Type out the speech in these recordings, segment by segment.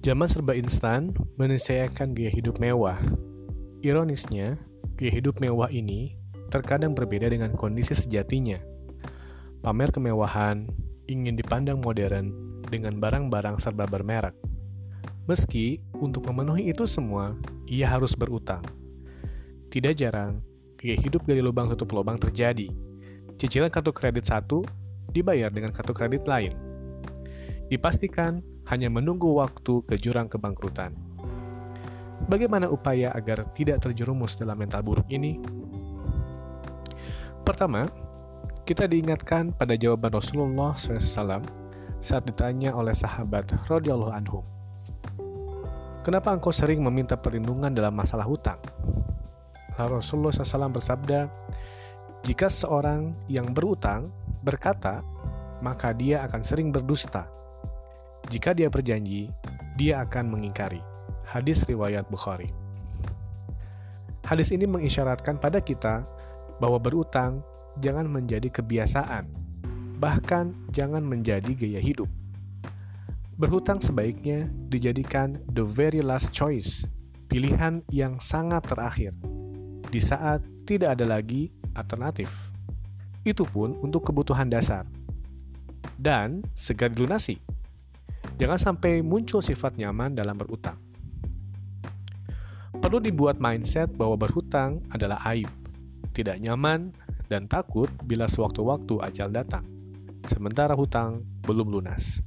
Zaman serba instan meniscayakan gaya hidup mewah. Ironisnya, gaya hidup mewah ini terkadang berbeda dengan kondisi sejatinya. Pamer kemewahan, ingin dipandang modern dengan barang-barang serba bermerek. Meski untuk memenuhi itu semua, ia harus berutang. Tidak jarang, gaya hidup gali lubang tutup lubang terjadi. Cicilan kartu kredit satu dibayar dengan kartu kredit lain. Dipastikan hanya menunggu waktu ke jurang kebangkrutan. Bagaimana upaya agar tidak terjerumus dalam mental buruk ini? Pertama, kita diingatkan pada jawaban Rasulullah SAW saat ditanya oleh sahabat radhiyallahu anhum, "Kenapa engkau sering meminta perlindungan dalam masalah hutang?" Lalu Rasulullah SAW bersabda, "Jika seorang yang berutang berkata, maka dia akan sering berdusta. Jika dia berjanji, dia akan mengingkari." Hadis riwayat Bukhari. Hadis ini mengisyaratkan pada kita bahwa berutang jangan menjadi kebiasaan, bahkan jangan menjadi gaya hidup. Berhutang sebaiknya dijadikan the very last choice, pilihan yang sangat terakhir, di saat tidak ada lagi alternatif. Itu pun untuk kebutuhan dasar. Dan segera dilunasi. Jangan sampai muncul sifat nyaman dalam berutang. Perlu dibuat mindset bahwa berhutang adalah aib, tidak nyaman, dan takut bila sewaktu-waktu ajal datang, sementara hutang belum lunas.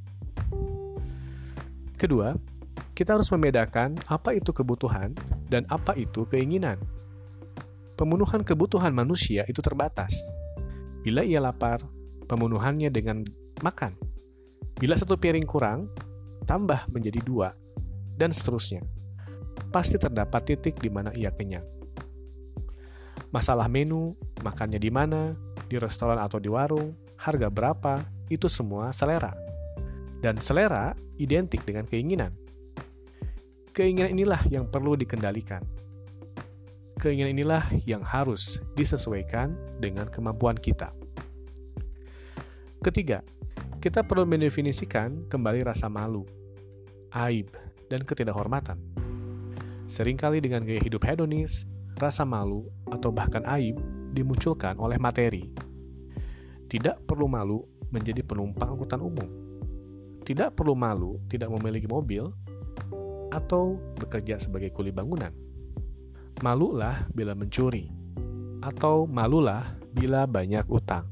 Kedua, kita harus membedakan apa itu kebutuhan dan apa itu keinginan. Pemenuhan kebutuhan manusia itu terbatas. Bila ia lapar, pemenuhannya dengan makan. Bila satu piring kurang, tambah menjadi 2, dan seterusnya. Pasti terdapat titik di mana ia kenyang. Masalah menu, makannya di mana, di restoran atau di warung, harga berapa, itu semua selera. Dan selera identik dengan keinginan. Keinginan inilah yang perlu dikendalikan. Keinginan inilah yang harus disesuaikan dengan kemampuan kita. Ketiga, kita perlu mendefinisikan kembali rasa malu, aib, dan ketidakhormatan. Seringkali dengan gaya hidup hedonis, rasa malu atau bahkan aib dimunculkan oleh materi. Tidak perlu malu menjadi penumpang angkutan umum. Tidak perlu malu tidak memiliki mobil atau bekerja sebagai kuli bangunan. Malulah bila mencuri, atau malulah bila banyak utang.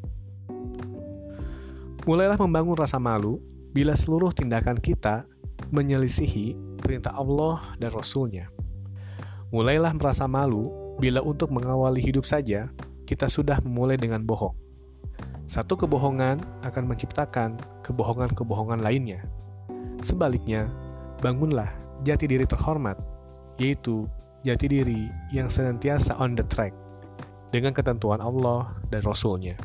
Mulailah membangun rasa malu bila seluruh tindakan kita menyelisihi perintah Allah dan Rasul-Nya. Mulailah merasa malu bila untuk mengawali hidup saja kita sudah memulai dengan bohong. Satu kebohongan akan menciptakan kebohongan-kebohongan lainnya. Sebaliknya, bangunlah jati diri terhormat, yaitu jati diri yang senantiasa on the track dengan ketentuan Allah dan Rasul-Nya.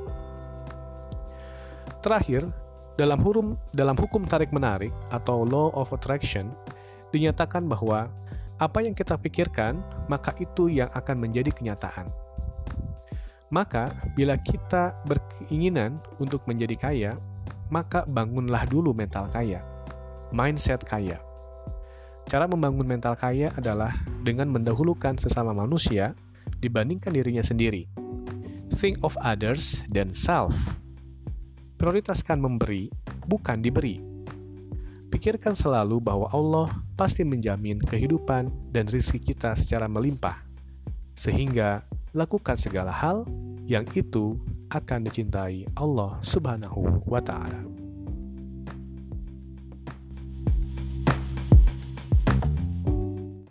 Terakhir, dalam hukum tarik-menarik atau law of attraction, dinyatakan bahwa apa yang kita pikirkan, maka itu yang akan menjadi kenyataan. Maka, bila kita berkeinginan untuk menjadi kaya, maka bangunlah dulu mental kaya, mindset kaya. Cara membangun mental kaya adalah dengan mendahulukan sesama manusia dibandingkan dirinya sendiri. Think of others than self. Prioritaskan memberi, bukan diberi. Pikirkan selalu bahwa Allah pasti menjamin kehidupan dan rezeki kita secara melimpah. Sehingga lakukan segala hal yang itu akan dicintai Allah Subhanahu wa Ta'ala.